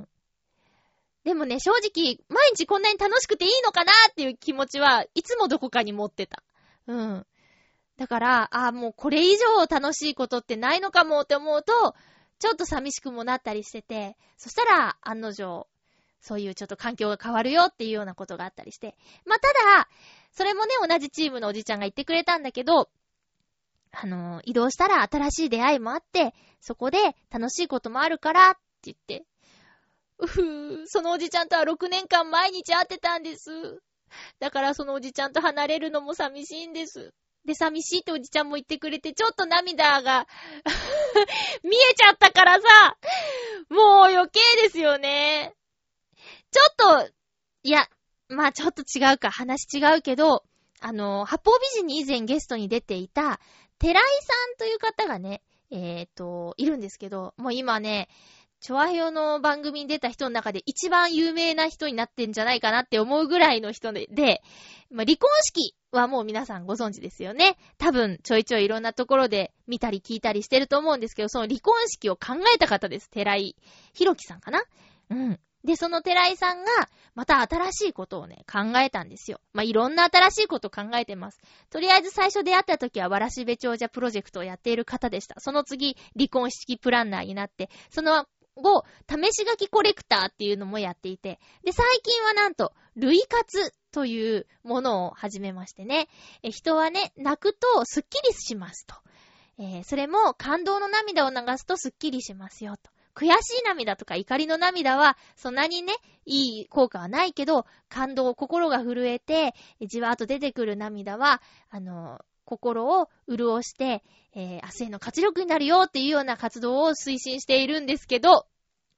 でもね、正直、毎日こんなに楽しくていいのかなっていう気持ちはいつもどこかに持ってた。うん。だから、ああ、もうこれ以上楽しいことってないのかもって思うと、ちょっと寂しくもなったりしてて、そしたら案の定、そういうちょっと環境が変わるよっていうようなことがあったりして。まあ、ただ、それもね、同じチームのおじちゃんが言ってくれたんだけど、あのー、移動したら新しい出会いもあって、そこで楽しいこともあるからって言って、うふー、そのおじちゃんとはろくねんかん毎日会ってたんです。だからそのおじちゃんと離れるのも寂しいんです。で、寂しいっておじちゃんも言ってくれて、ちょっと涙が見えちゃったからさ、もう余計ですよね。ちょっと、いや、まあちょっと違うか、話違うけど、あの、八方美人に以前ゲストに出ていた、寺井さんという方がね、えっと、いるんですけど、もう今ね、チョアヘヨの番組に出た人の中で一番有名な人になってんじゃないかなって思うぐらいの人で、で、まあ、離婚式はもう皆さんご存知ですよね。多分ちょいちょいいろんなところで見たり聞いたりしてると思うんですけど、その離婚式を考えた方です。寺井宏樹さんかな。うん。で、その寺井さんがまた新しいことをね、考えたんですよ。まあ、いろんな新しいことを考えてます。とりあえず最初出会った時はわらしべ長者プロジェクトをやっている方でした。その次、離婚式プランナーになって、その後、試し書きコレクターっていうのもやっていて、で、最近はなんと、類活というものを始めましてね、え人はね、泣くとスッキリしますと。えー、それも感動の涙を流すとスッキリしますよと。悔しい涙とか怒りの涙はそんなにね、いい効果はないけど、感動、心が震えて、じわーっと出てくる涙は、あの、 心を潤して、えー、明日への活力になるよっていうような活動を推進しているんですけど、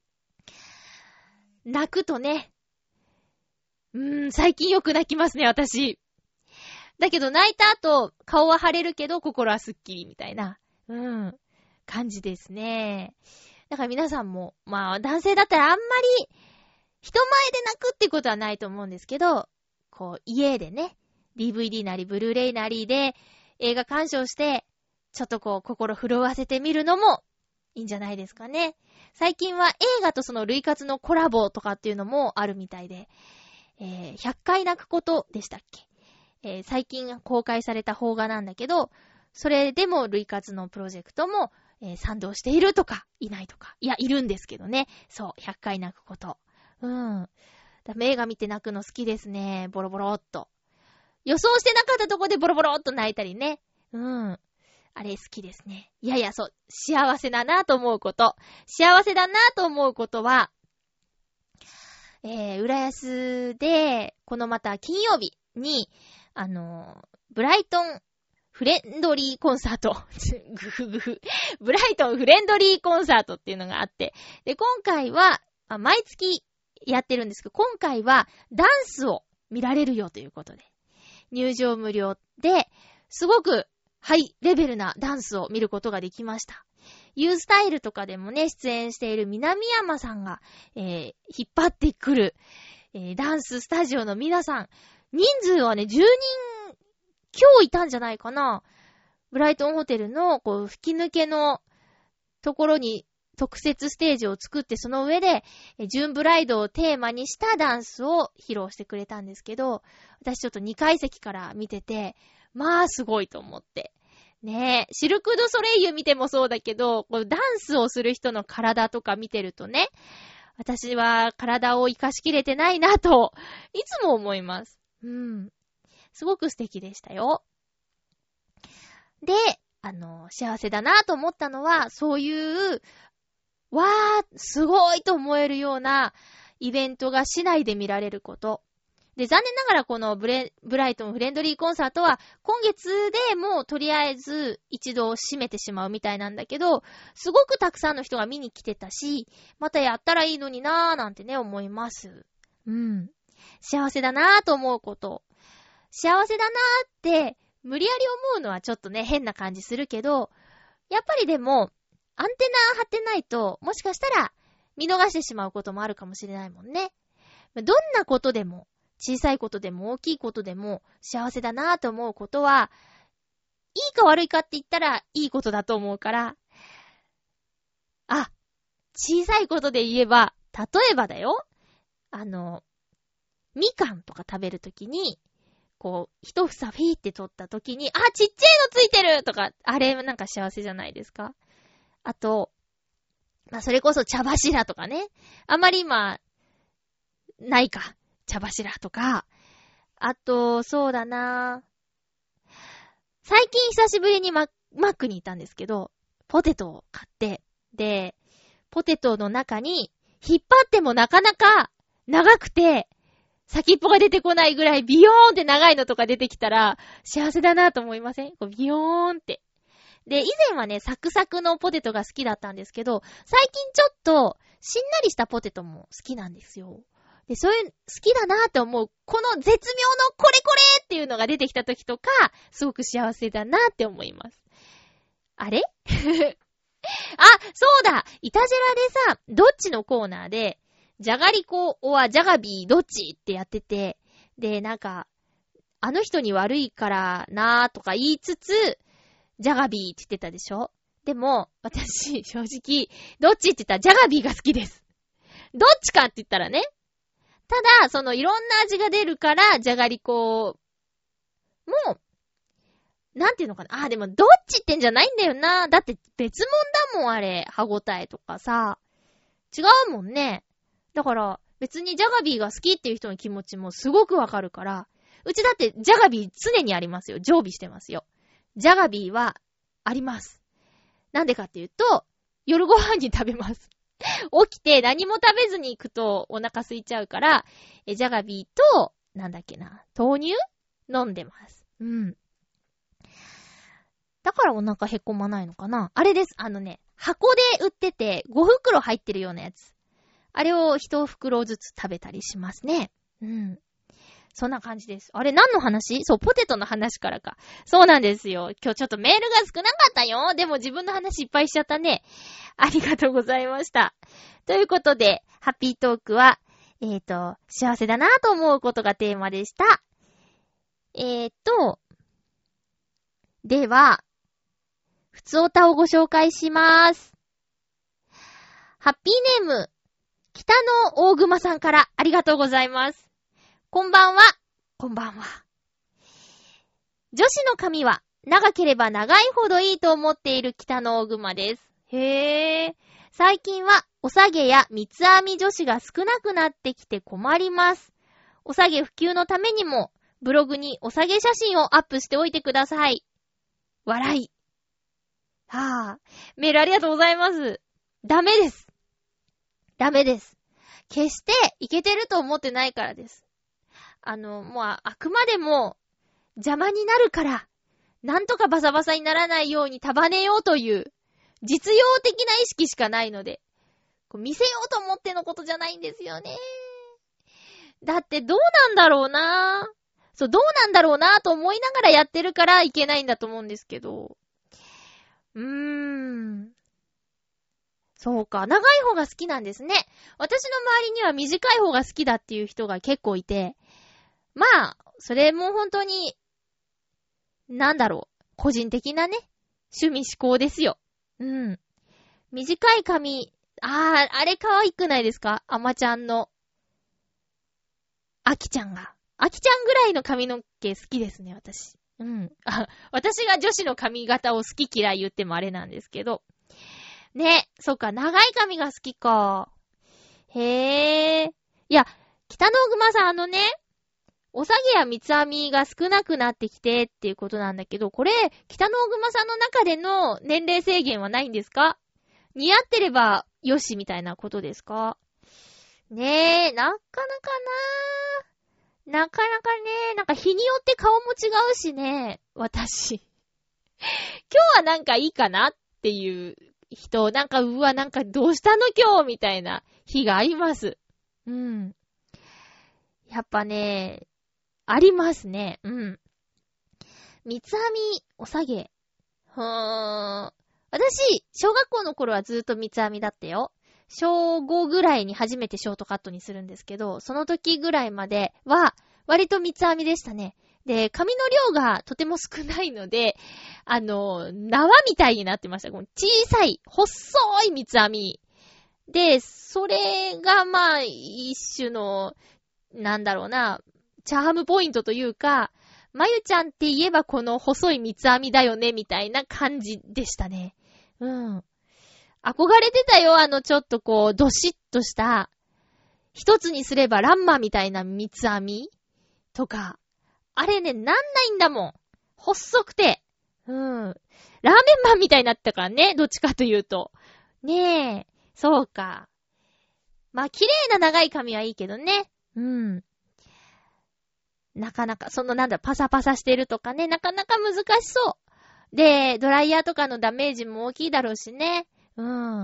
泣くとね、うーん、最近よく泣きますね、私。だけど泣いた後、顔は腫れるけど心はスッキリみたいな、うん、感じですね。だから皆さんも、まあ男性だったらあんまり人前で泣くってことはないと思うんですけど、こう家でね、ディーブイディー なりブルーレイなりで映画鑑賞して、ちょっとこう心震わせてみるのもいいんじゃないですかね。最近は映画とその類活のコラボとかっていうのもあるみたいで、えー、ひゃっかい泣くことでしたっけ、えー、最近公開された邦画なんだけど、それでも類活のプロジェクトも、えー、賛同しているとかいないとか、いやいるんですけどね。そう、ひゃっかい泣くこと。うん。だ映画見て泣くの好きですね。ボロボロっと。予想してなかったとこでボロボロっと泣いたりね。うん。あれ好きですね。いやいや、そう。幸せだなと思うこと。幸せだなと思うことは、えー、浦安で、このまた金曜日に、あの、ブライトンフレンドリーコンサート。ぐふぐふ。ブライトンフレンドリーコンサートっていうのがあって。で、今回は、あ毎月やってるんですけど、今回はダンスを見られるよということで。入場無料で、すごくハイレベルなダンスを見ることができました。ユースタイルとかでもね、出演している南山さんが、えー、引っ張ってくる、えー、ダンススタジオの皆さん、人数はね、じゅうにん今日いたんじゃないかな。ブライトンホテルのこう吹き抜けのところに特設ステージを作って、その上でジューンブライドをテーマにしたダンスを披露してくれたんですけど、私ちょっとにかい席から見てて、まあすごいと思って。ねえ、シルク・ドゥ・ソレイユ見てもそうだけど、こうダンスをする人の体とか見てるとね、私は体を生かしきれてないなといつも思います。うん。すごく素敵でしたよ。で、あの、幸せだなと思ったのは、そういう、わー、すごいと思えるようなイベントが市内で見られること。で、残念ながらこのブレ、ブライトンフレンドリーコンサートは、今月でもうとりあえず一度閉めてしまうみたいなんだけど、すごくたくさんの人が見に来てたし、またやったらいいのになーなんてね、思います。うん。幸せだなーと思うこと。幸せだなーって、無理やり思うのはちょっとね、変な感じするけど、やっぱりでも、アンテナ張ってないと、もしかしたら見逃してしまうこともあるかもしれないもんね。どんなことでも、小さいことでも大きいことでも、幸せだなと思うことは、いいか悪いかって言ったらいいことだと思うから、あ、小さいことで言えば、例えばだよ、あの、みかんとか食べるときに、こう、一房フィーって取ったときに、あ、ちっちゃいのついてるとか、あれなんか幸せじゃないですか。あと、まあ、それこそ茶柱とかね。あまり今、ないか。茶柱とか。あと、そうだな。最近久しぶりにマ、マックに行ったんですけど、ポテトを買って、で、ポテトの中に、引っ張ってもなかなか長くて、先っぽが出てこないぐらいビヨーンって長いのとか出てきたら、幸せだなと思いません？こうビヨーンって。で、以前はね、サクサクのポテトが好きだったんですけど、最近ちょっと、しんなりしたポテトも好きなんですよ。で、そういう、好きだなーって思う、この絶妙のこれこれっていうのが出てきた時とか、すごく幸せだなーって思います。あれあ、そうだイタジェラでさ、どっちのコーナーで、じゃがりこはじゃがビーどっちってやってて、で、なんか、あの人に悪いからなーとか言いつつ、ジャガビーって言ってたでしょ？でも、私、正直、どっちって言ったらジャガビーが好きです。どっちかって言ったらね。ただ、そのいろんな味が出るから、じゃがりこも、なんていうのかな。あ、でもどっちってんじゃないんだよな。だって別物だもん、あれ。歯ごたえとかさ。違うもんね。だから、別にジャガビーが好きっていう人の気持ちもすごくわかるから、うちだってジャガビー常にありますよ。常備してますよ。ジャガビーはあります。なんでかっていうと、夜ご飯に食べます。起きて何も食べずに行くとお腹空いちゃうから、えジャガビーと、なんだっけな、豆乳飲んでます。うん。 だからお腹へこまないのかな。あれです。あのね、箱で売っててご袋入ってるようなやつ。あれを一袋ずつ食べたりしますね。うん。そんな感じです。あれ何の話？そう、ポテトの話からか。そうなんですよ。今日ちょっとメールが少なかったよ。でも自分の話いっぱいしちゃったね。ありがとうございました。ということで、ハッピートークは、えっと、幸せだなと思うことがテーマでした。えっと、では、ふつおたをご紹介します。ハッピーネーム、北の大熊さんからありがとうございます。こんばんは。こんばんは。女子の髪は長ければ長いほどいいと思っている北の大熊です。へー。最近はお下げや三つ編み女子が少なくなってきて困ります。お下げ普及のためにもブログにお下げ写真をアップしておいてください。笑い。はぁ、あ。メールありがとうございます。ダメです。ダメです。決していけてると思ってないからです。あの、もう あ, あくまでも邪魔になるから、なんとかバサバサにならないように束ねようという実用的な意識しかないので、こう見せようと思ってのことじゃないんですよね。だってどうなんだろうなぁ。そう、どうなんだろうなぁと思いながらやってるからいけないんだと思うんですけど。うーん。そうか。長い方が好きなんですね。私の周りには短い方が好きだっていう人が結構いて、まあ、それも本当に、なんだろう。個人的なね、趣味思考ですよ。うん。短い髪、あー、あれ可愛くないですか？アマちゃんの。アキちゃんが。アキちゃんぐらいの髪の毛好きですね、私。うん。あ、私が女子の髪型を好き嫌い言ってもあれなんですけど。ね、そっか、長い髪が好きか。へー。いや、北の熊さんあのね、お下げや三つ編みが少なくなってきてっていうことなんだけど、これ、北の熊さんの中での年齢制限はないんですか？似合ってればよしみたいなことですか？ねえ、なかなかなー。なかなかね、なんか日によって顔も違うしね、私。今日はなんかいいかなっていう人、なんかうわ、なんかどうしたの今日みたいな日があります。うん。やっぱね、ありますね。うん。三つ編み、お下げ。ふーん。私、小学校の頃はずっと三つ編みだったよ。小ごぐらいに初めてショートカットにするんですけど、その時ぐらいまでは、割と三つ編みでしたね。で、髪の量がとても少ないので、あの、縄みたいになってました。小さい、細い三つ編み。で、それがまあ、一種の、なんだろうな、チャームポイントというか、まゆちゃんって言えばこの細い三つ編みだよね、みたいな感じでしたね。うん。憧れてたよ、あのちょっとこう、どしっとした、一つにすればランマみたいな三つ編みとか。あれね、なんないんだもん。細くて。うん。ラーメンマンみたいになったからね、どっちかというと。ねえ、そうか。まあ、綺麗な長い髪はいいけどね。うん。なかなか、そのなんだ、パサパサしてるとかね、なかなか難しそう。で、ドライヤーとかのダメージも大きいだろうしね。うん。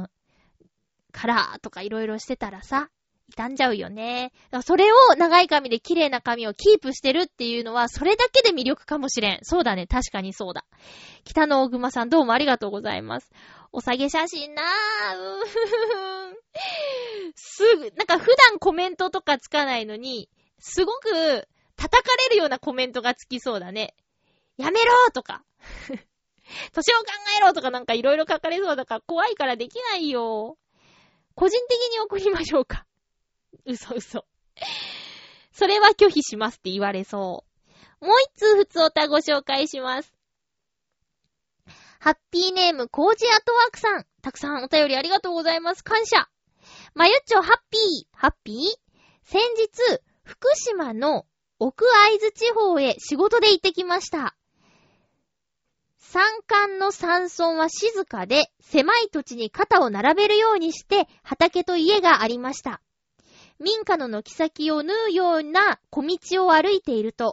カラーとかいろいろしてたらさ、傷んじゃうよね。だからそれを長い髪で綺麗な髪をキープしてるっていうのは、それだけで魅力かもしれん。そうだね、確かにそうだ。北の大熊さんどうもありがとうございます。お下げ写真なぁ。うーん。すぐ、なんか普段コメントとかつかないのに、すごく叩かれるようなコメントがつきそうだね。やめろーとか。年を考えろとかなんかいろいろ書かれそうだから怖いからできないよ。個人的に送りましょうか。嘘嘘。それは拒否しますって言われそう。もう一通ふつおたご紹介します。ハッピーネームコージアトワークさん。たくさんお便りありがとうございます。感謝。まゆっちょハッピー。ハッピー先日、福島の奥会津地方へ仕事で行ってきました。山間の山村は静かで、狭い土地に肩を並べるようにして畑と家がありました。民家の軒先を縫うような小道を歩いていると、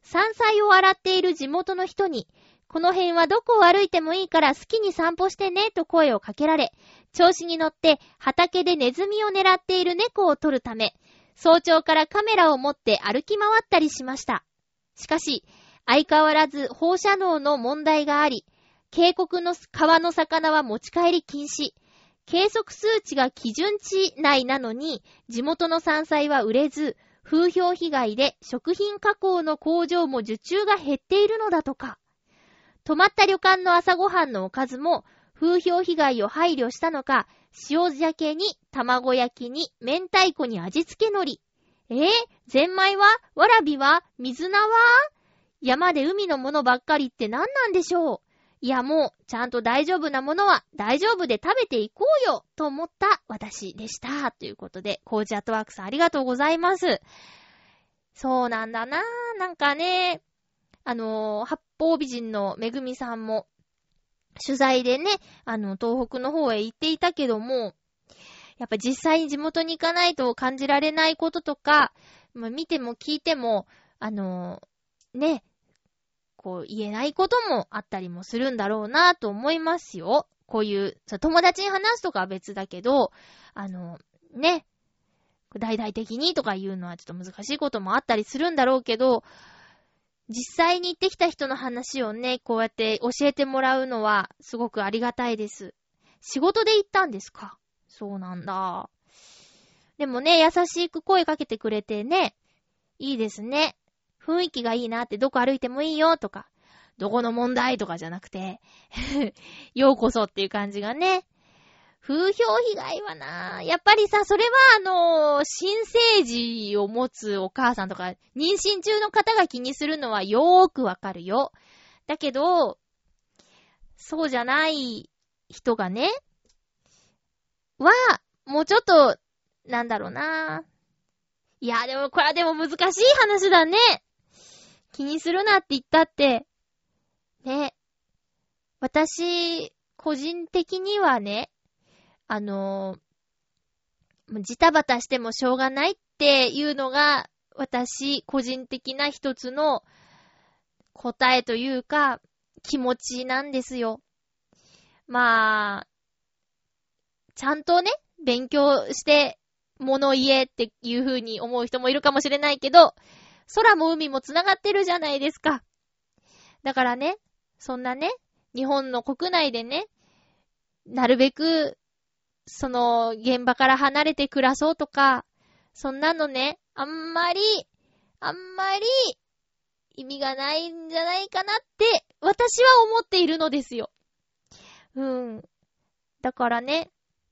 山菜を洗っている地元の人に、この辺はどこを歩いてもいいから好きに散歩してねと声をかけられ、調子に乗って畑でネズミを狙っている猫を撮るため、早朝からカメラを持って歩き回ったりしました。しかし、相変わらず放射能の問題があり、渓谷の川の魚は持ち帰り禁止。計測数値が基準値内なのに、地元の山菜は売れず、風評被害で食品加工の工場も受注が減っているのだとか。泊まった旅館の朝ごはんのおかずも風評被害を配慮したのか、塩鮭に卵焼きに明太子に味付け海苔。えー、ゼンマイはわらびは水菜は山で海のものばっかりって何なんでしょう。いやもうちゃんと大丈夫なものは大丈夫で食べていこうよと思った私でした。ということで、コージアットワークさんありがとうございます。そうなんだなぁ。なんかね、あのー、八方美人のめぐみさんも取材でね、あの東北の方へ行っていたけども、やっぱ実際に地元に行かないと感じられないこととか、まあ、見ても聞いてもあのー、ね、こう言えないこともあったりもするんだろうなと思いますよ。こういう友達に話すとかは別だけど、あのね、大々的にとか言うのはちょっと難しいこともあったりするんだろうけど、実際に行ってきた人の話をね、こうやって教えてもらうのはすごくありがたいです。仕事で行ったんですか？そうなんだ。でもね、優しく声かけてくれてね、いいですね。雰囲気がいいなって、どこ歩いてもいいよとか、どこの問題とかじゃなくて、ようこそっていう感じがね。風評被害はな、やっぱりさ、それはあのー、新生児を持つお母さんとか、妊娠中の方が気にするのはよーくわかるよ。だけど、そうじゃない人がね、は、もうちょっと、なんだろうな。いや、でもこれはでも難しい話だね。気にするなって言ったって、ね。私、個人的にはね、あのー、ジタバタしてもしょうがないっていうのが、私、個人的な一つの答えというか、気持ちなんですよ。まあ、ちゃんとね、勉強して物言えっていう風に思う人もいるかもしれないけど、空も海もつながってるじゃないですか。だからね、そんなね、日本の国内でね、なるべく、その現場から離れて暮らそうとか、そんなのね、あんまり、あんまり意味がないんじゃないかなって私は思っているのですよ。うん。だからね、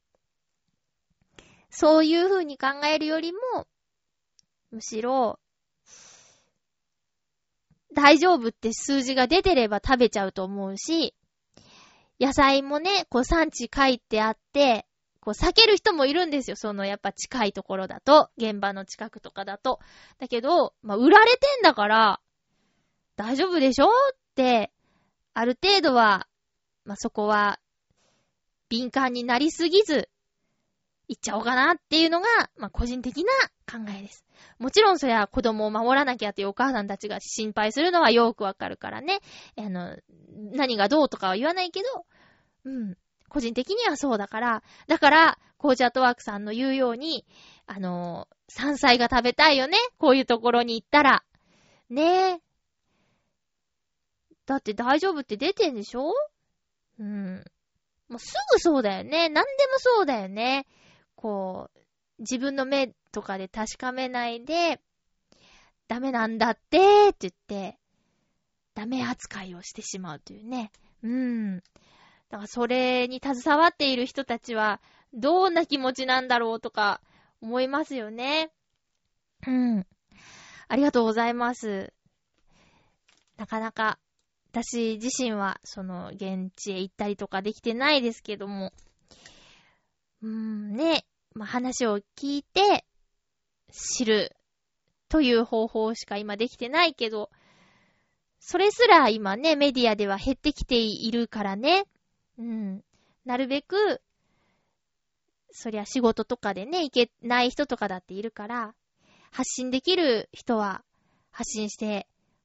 そういう風に考えるよりも、むしろ、大丈夫って数字が出てれば食べちゃうと思うし、野菜もね、こう産地書いてあって、こう避ける人もいるんですよ。そのやっぱ近いところだと、現場の近くとかだと。だけど、まあ売られてんだから、大丈夫でしょって、ある程度は、まあそこは、敏感になりすぎず、言っちゃおうかなっていうのが、まあ個人的な考えです。もちろんそりゃ子供を守らなきゃっていうお母さんたちが心配するのはよくわかるからね。あの、何がどうとかは言わないけど、うん。個人的にはそうだから、だから、コージアットワークさんの言うように、あの、山菜が食べたいよね。こういうところに行ったら。ねえ。だって大丈夫って出てんでしょ？うん。もうすぐそうだよね。何でもそうだよね。こう、自分の目とかで確かめないで、ダメなんだってって言って、ダメ扱いをしてしまうというね。うん。だからそれに携わっている人たちはどんな気持ちなんだろうとか思いますよね。うん。ありがとうございます。なかなか私自身はその現地へ行ったりとかできてないですけども、うーんね、まあ、話を聞いて知るという方法しか今できてないけど、それすら今ねメディアでは減ってきているからね。うん。なるべく、そりゃ仕事とかでね、行けない人とかだっているから、発信できる人は発信して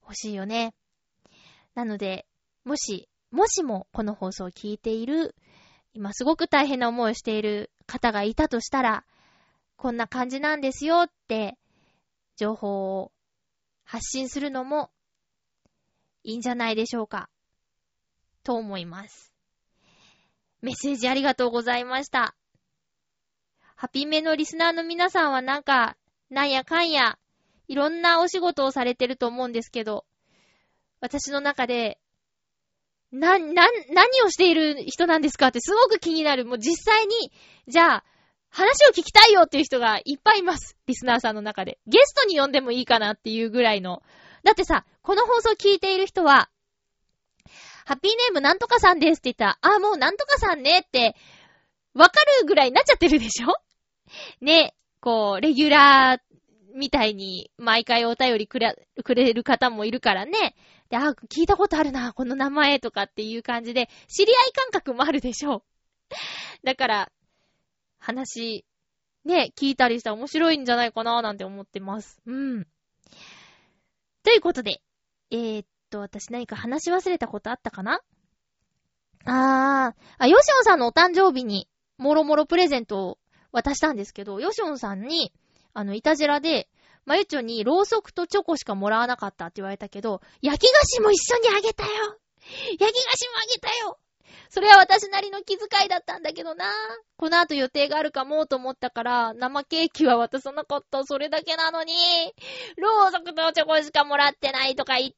欲しいよね。なので、もし、もしもこの放送を聞いている、今すごく大変な思いをしている方がいたとしたら、こんな感じなんですよって、情報を発信するのもいいんじゃないでしょうか。と思います。メッセージありがとうございました。ハピメのリスナーの皆さんはなんか、なんやかんや、いろんなお仕事をされてると思うんですけど、私の中で、な、な、何をしている人なんですかってすごく気になる。もう実際に、じゃあ、話を聞きたいよっていう人がいっぱいいます。リスナーさんの中で。ゲストに呼んでもいいかなっていうぐらいの。だってさ、この放送聞いている人は、ハッピーネームなんとかさんですって言ったら、あ、もうなんとかさんねって、わかるぐらいになっちゃってるでしょ？ね、こう、レギュラーみたいに毎回お便りくれ、くれる方もいるからね。で、あ、聞いたことあるな、この名前とかっていう感じで、知り合い感覚もあるでしょう。だから、話、ね、聞いたりしたら面白いんじゃないかななんて思ってます。うん。ということで、えー、っと、私何か話し忘れたことあったかな？あー、あ、ヨシオンさんのお誕生日に、もろもろプレゼントを渡したんですけど、ヨシオンさんに、あの、いたじらで、まゆちょにろうそくとチョコしかもらわなかったって言われたけど、焼き菓子も一緒にあげたよ！焼き菓子もあげたよ！それは私なりの気遣いだったんだけどな。この後予定があるかもと思ったから、生ケーキは渡さなかった。それだけなのに、ろうそくとチョコしかもらってないとか言って。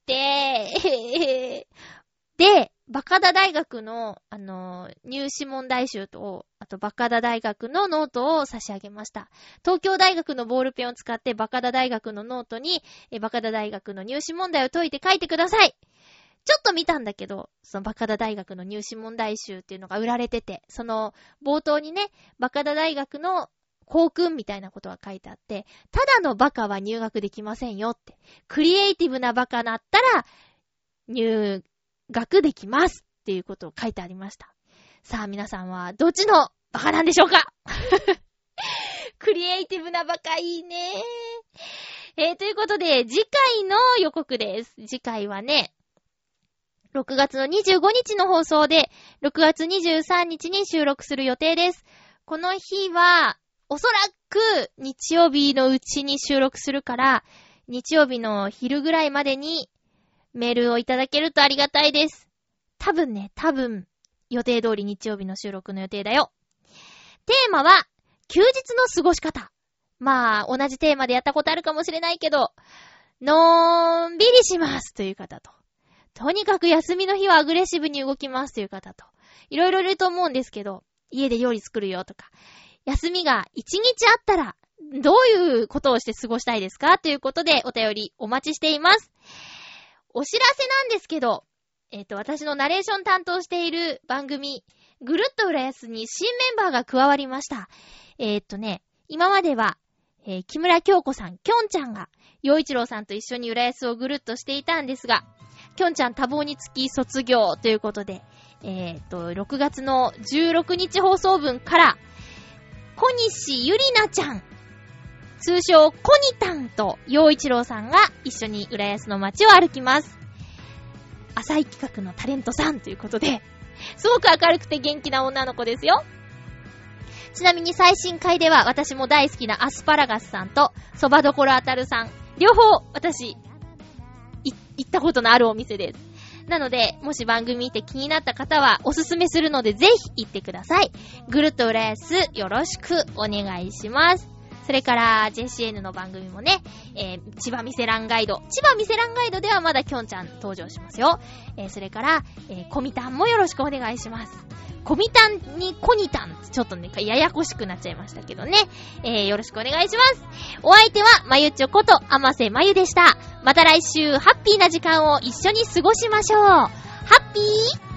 で、バカダ大学の、あの、入試問題集と、あとバカダ大学のノートを差し上げました。東京大学のボールペンを使ってバカダ大学のノートに、えバカダ大学の入試問題を解いて書いてください。ちょっと見たんだけど、そのバカダ大学の入試問題集っていうのが売られてて、その冒頭にね、バカダ大学の校訓みたいなことが書いてあって、ただのバカは入学できませんよって、クリエイティブなバカだったら入学できますっていうことを書いてありました。さあ皆さんはどっちのバカなんでしょうか？クリエイティブなバカいいね。えー、ということで次回の予告です。次回はね、ろくがつのにじゅうごにちの放送で、ろくがつにじゅうさんにちに収録する予定です。この日は、おそらく日曜日のうちに収録するから、日曜日の昼ぐらいまでにメールをいただけるとありがたいです。多分ね、多分、予定通り日曜日の収録の予定だよ。テーマは、休日の過ごし方。まあ、同じテーマでやったことあるかもしれないけど、のんびりしますという方と。とにかく休みの日はアグレッシブに動きますという方と、いろいろいると思うんですけど、家で料理作るよとか、休みが一日あったら、どういうことをして過ごしたいですかということでお便りお待ちしています。お知らせなんですけど、えっと、私のナレーション担当している番組、ぐるっと浦安に新メンバーが加わりました。えっとね、今までは、えー、木村京子さん、きょんちゃんが、陽一郎さんと一緒に浦安をぐるっとしていたんですが、きょんちゃん多忙につき卒業ということで、えっと、ろくがつのじゅうろくにち放送分から、小西ゆりなちゃん、通称コニタンと陽一郎さんが一緒に浦安の街を歩きます。浅い企画のタレントさんということで、すごく明るくて元気な女の子ですよ。ちなみに最新回では私も大好きなアスパラガスさんとそばどころあたるさん、両方私行ったことのあるお店です。なので、もし番組見て気になった方はおすすめするのでぜひ行ってください。ぐるっと浦安よろしくお願いします。それから ジェーシーエヌ の番組もね、えー、千葉ミセランガイド。千葉ミセランガイドではまだきょんちゃん登場しますよ。えー、それから、えー、コミタンもよろしくお願いします。コミタンにコニタンちょっとね、ややこしくなっちゃいましたけどね。えー、よろしくお願いします。お相手は、まゆちょこと、あませまゆでした。また来週、ハッピーな時間を一緒に過ごしましょう。ハッピー